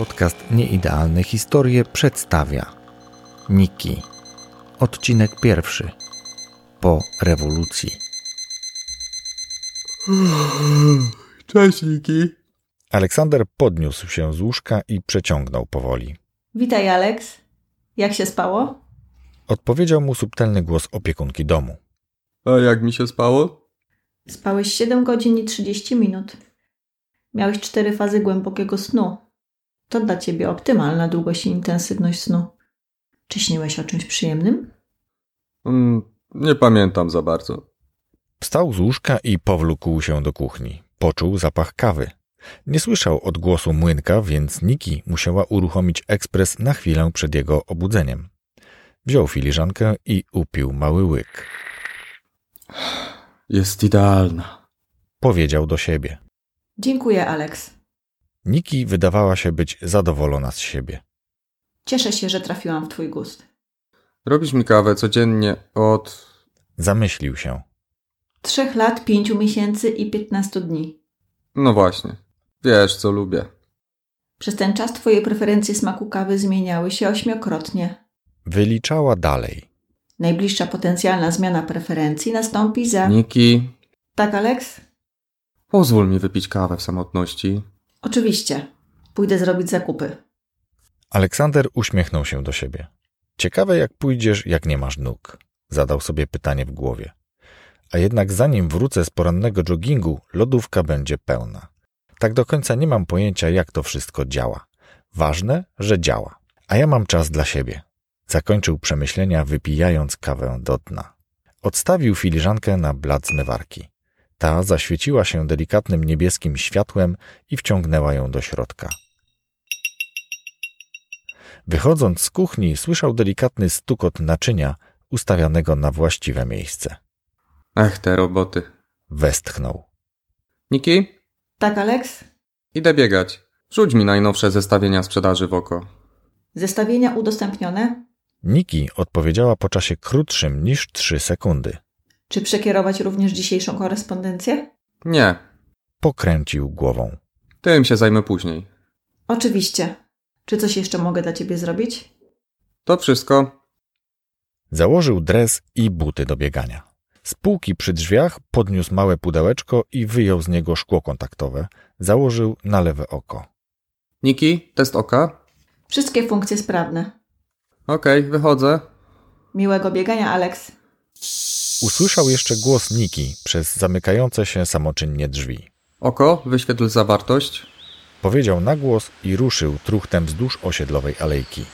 podcast Nieidealne Historie przedstawia Niki. Odcinek 1. Po rewolucji. Cześć, Niki. Aleksander podniósł się z łóżka i przeciągnął powoli. Witaj, Aleks. Jak się spało? Odpowiedział mu subtelny głos opiekunki domu. A jak mi się spało? Spałeś 7 godzin i 30 minut. Miałeś 4 fazy głębokiego snu. To dla ciebie optymalna długość i intensywność snu. Czy śniłeś o czymś przyjemnym? Nie pamiętam za bardzo. Wstał z łóżka i powlókł się do kuchni. Poczuł zapach kawy. Nie słyszał odgłosu młynka, więc Niki musiała uruchomić ekspres na chwilę przed jego obudzeniem. Wziął filiżankę i upił mały łyk. Jest idealna. Powiedział do siebie. Dziękuję, Aleks. Niki wydawała się być zadowolona z siebie. Cieszę się, że trafiłam w twój gust. Robisz mi kawę codziennie od... Zamyślił się. 3 lat, 5 miesięcy i 15 dni. No właśnie. Wiesz, co lubię. Przez ten czas twoje preferencje smaku kawy zmieniały się 8-krotnie. Wyliczała dalej. Najbliższa potencjalna zmiana preferencji nastąpi za... Niki, Tak, Aleks? pozwól mi wypić kawę w samotności. Oczywiście. Pójdę zrobić zakupy. Aleksander uśmiechnął się do siebie. Ciekawe, jak pójdziesz, jak nie masz nóg. Zadał sobie pytanie w głowie. A jednak zanim wrócę z porannego joggingu, lodówka będzie pełna. Tak do końca nie mam pojęcia, jak to wszystko działa. Ważne, że działa. A ja mam czas dla siebie. Zakończył przemyślenia, wypijając kawę do dna. Odstawił filiżankę na blat zmywarki. Ta zaświeciła się delikatnym niebieskim światłem i wciągnęła ją do środka. Wychodząc z kuchni, słyszał delikatny stukot naczynia ustawianego na właściwe miejsce. Ech, te roboty. Westchnął. Niki, Tak, Aleks? idę biegać. Rzuć mi najnowsze zestawienia sprzedaży w oko. Zestawienia udostępnione? Niki odpowiedziała po czasie krótszym niż 3 sekundy. Czy przekierować również dzisiejszą korespondencję? Nie, Pokręcił głową. tym się zajmę później. Oczywiście. Czy coś jeszcze mogę dla ciebie zrobić? To wszystko. Założył dres i buty do biegania. Z półki przy drzwiach podniósł małe pudełeczko i wyjął z niego szkło kontaktowe. Założył na lewe oko. Niki, test oka. Wszystkie funkcje sprawne. Okej, wychodzę. Miłego biegania, Aleks. Usłyszał jeszcze głos Niki przez zamykające się samoczynnie drzwi. Oko, wyświetl zawartość. Powiedział na głos i ruszył truchtem wzdłuż osiedlowej alejki.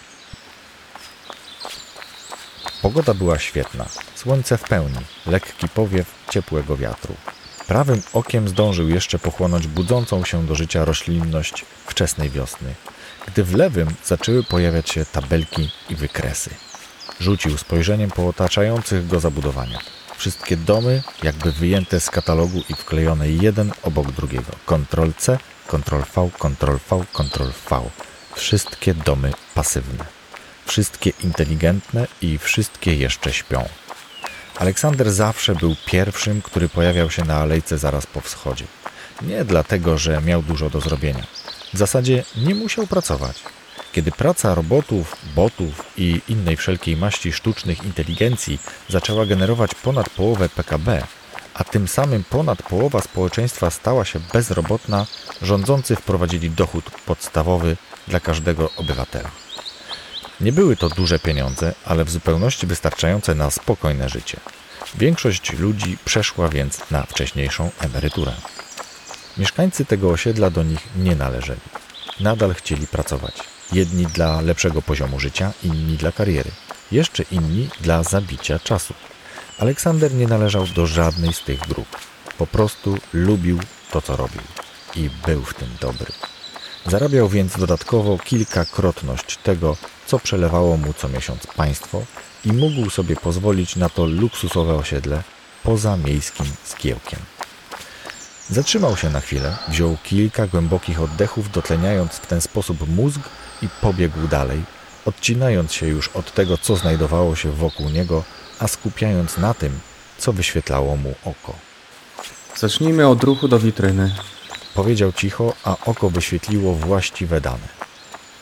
Pogoda była świetna. Słońce w pełni, lekki powiew ciepłego wiatru. Prawym okiem zdążył jeszcze pochłonąć budzącą się do życia roślinność wczesnej wiosny, gdy w lewym zaczęły pojawiać się tabelki i wykresy. Rzucił spojrzeniem po otaczających go zabudowania. Wszystkie domy jakby wyjęte z katalogu i wklejone jeden obok drugiego. Ctrl+C, Ctrl+V, Ctrl+V, Ctrl+V. Wszystkie domy pasywne. Wszystkie inteligentne i wszystkie jeszcze śpią. Aleksander zawsze był pierwszym, który pojawiał się na alejce zaraz po wschodzie. Nie dlatego, że miał dużo do zrobienia. W zasadzie nie musiał pracować. Kiedy praca robotów, botów i innej wszelkiej maści sztucznych inteligencji zaczęła generować ponad połowę PKB, a tym samym ponad połowa społeczeństwa stała się bezrobotna, rządzący wprowadzili dochód podstawowy dla każdego obywatela. Nie były to duże pieniądze, ale w zupełności wystarczające na spokojne życie. Większość ludzi przeszła więc na wcześniejszą emeryturę. Mieszkańcy tego osiedla do nich nie należeli. Nadal chcieli pracować. Jedni dla lepszego poziomu życia, inni dla kariery. Jeszcze inni dla zabicia czasu. Aleksander nie należał do żadnej z tych grup. Po prostu lubił to, co robił. I był w tym dobry. Zarabiał więc dodatkowo kilkakrotność tego, co przelewało mu co miesiąc państwo i mógł sobie pozwolić na to luksusowe osiedle poza miejskim zgiełkiem. Zatrzymał się na chwilę, wziął kilka głębokich oddechów, dotleniając w ten sposób mózg i pobiegł dalej, odcinając się już od tego, co znajdowało się wokół niego, a skupiając na tym, co wyświetlało mu oko. Zacznijmy od ruchu do witryny. Powiedział cicho, a oko wyświetliło właściwe dane.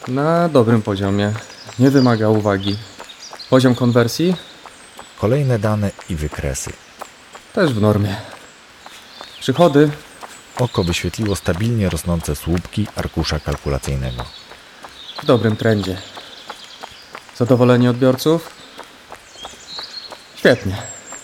Na dobrym poziomie. Nie wymaga uwagi. Poziom konwersji? Kolejne dane i wykresy. Też w normie. Przychody? Oko wyświetliło stabilnie rosnące słupki arkusza kalkulacyjnego. W dobrym trendzie. Zadowoleni odbiorców? Świetnie.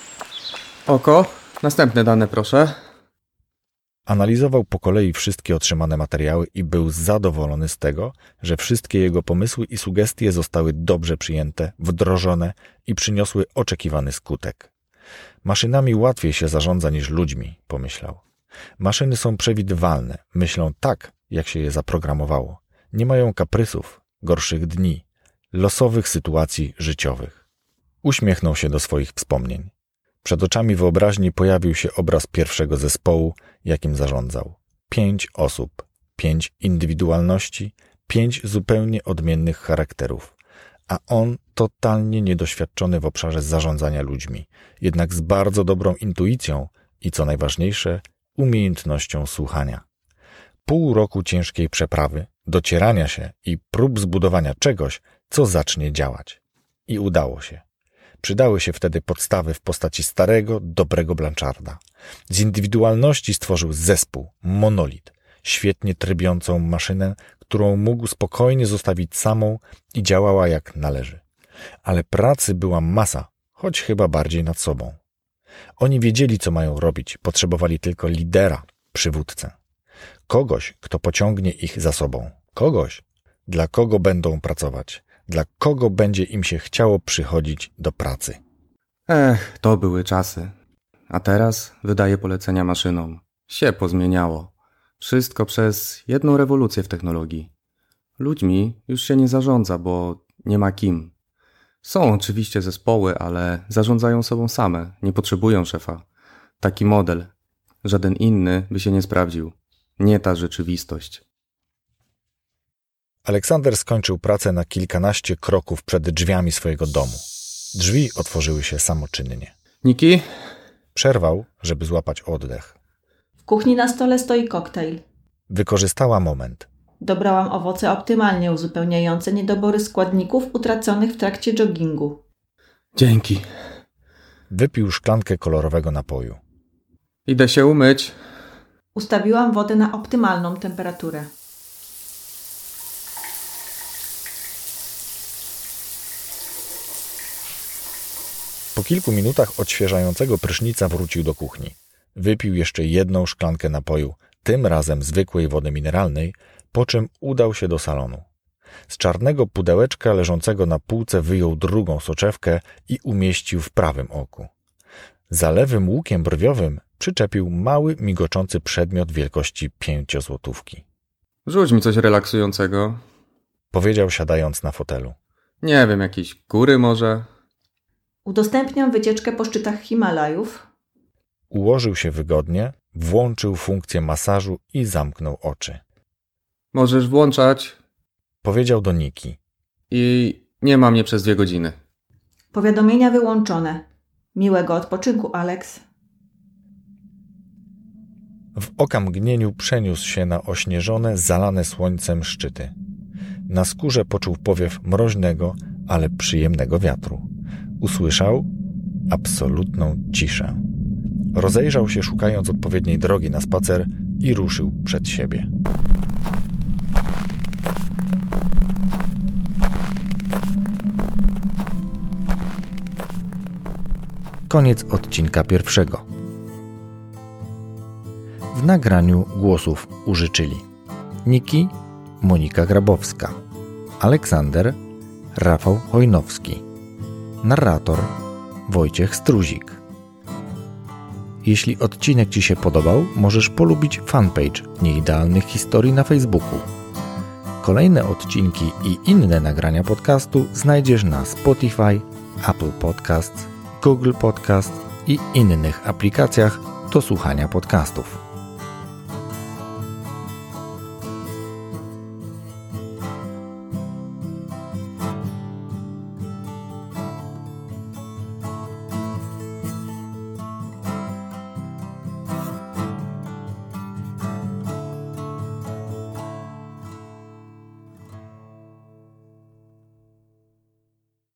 Oko? Następne dane proszę. Analizował po kolei wszystkie otrzymane materiały i był zadowolony z tego, że wszystkie jego pomysły i sugestie zostały dobrze przyjęte, wdrożone i przyniosły oczekiwany skutek. Maszynami łatwiej się zarządza niż ludźmi, pomyślał. Maszyny są przewidywalne, myślą tak, jak się je zaprogramowało. Nie mają kaprysów, gorszych dni, losowych sytuacji życiowych. Uśmiechnął się do swoich wspomnień. Przed oczami wyobraźni pojawił się obraz pierwszego zespołu, jakim zarządzał. 5 osób, 5 indywidualności, 5 zupełnie odmiennych charakterów. A on totalnie niedoświadczony w obszarze zarządzania ludźmi, jednak z bardzo dobrą intuicją i co najważniejsze, umiejętnością słuchania. Pół roku ciężkiej przeprawy, docierania się i prób zbudowania czegoś, co zacznie działać. I udało się. Przydały się wtedy podstawy w postaci starego, dobrego Blancharda. Z indywidualności stworzył zespół, monolit, świetnie trybiącą maszynę, którą mógł spokojnie zostawić samą i działała jak należy. Ale pracy była masa, choć chyba bardziej nad sobą. Oni wiedzieli, co mają robić, potrzebowali tylko lidera, przywódcę. Kogoś, kto pociągnie ich za sobą. Kogoś, dla kogo będą pracować. Dla kogo będzie im się chciało przychodzić do pracy. To były czasy. A teraz wydaje polecenia maszynom. Się pozmieniało. Wszystko przez jedną rewolucję w technologii. Ludźmi już się nie zarządza, bo nie ma kim. Są oczywiście zespoły, ale zarządzają sobą same, nie potrzebują szefa. Taki model. Żaden inny by się nie sprawdził. Nie ta rzeczywistość. Aleksander skończył pracę na kilkanaście kroków przed drzwiami swojego domu. Drzwi otworzyły się samoczynnie. Niki? Przerwał, żeby złapać oddech. W kuchni na stole stoi koktajl. Wykorzystała moment. Dobrałam owoce optymalnie uzupełniające niedobory składników utraconych w trakcie joggingu. Dzięki. Wypił szklankę kolorowego napoju. Idę się umyć. Ustawiłam wodę na optymalną temperaturę. Po kilku minutach odświeżającego prysznica wrócił do kuchni. Wypił jeszcze jedną szklankę napoju, tym razem zwykłej wody mineralnej, po czym udał się do salonu. Z czarnego pudełeczka leżącego na półce wyjął drugą soczewkę i umieścił w prawym oku. Za lewym łukiem brwiowym przyczepił mały, migoczący przedmiot wielkości 5-złotówki. Rzuć mi coś relaksującego. Powiedział, siadając na fotelu. Nie wiem, jakieś góry może? Udostępniam wycieczkę po szczytach Himalajów. Ułożył się wygodnie, włączył funkcję masażu i zamknął oczy. Możesz włączać. Powiedział do Niki. I nie ma mnie przez 2 godziny. Powiadomienia wyłączone. Miłego odpoczynku, Alex. W okamgnieniu przeniósł się na ośnieżone, zalane słońcem szczyty. Na skórze poczuł powiew mroźnego, ale przyjemnego wiatru. Usłyszał absolutną ciszę. Rozejrzał się, szukając odpowiedniej drogi na spacer i ruszył przed siebie. Koniec odcinka 1. W nagraniu głosów użyczyli Niki, Monika Grabowska, Aleksander, Rafał Hojnowski, narrator Wojciech Struzik. Jeśli odcinek Ci się podobał, możesz polubić fanpage Nieidealnych Historii na Facebooku. Kolejne odcinki i inne nagrania podcastu znajdziesz na Spotify, Apple Podcasts, Google Podcast i innych aplikacjach do słuchania podcastów.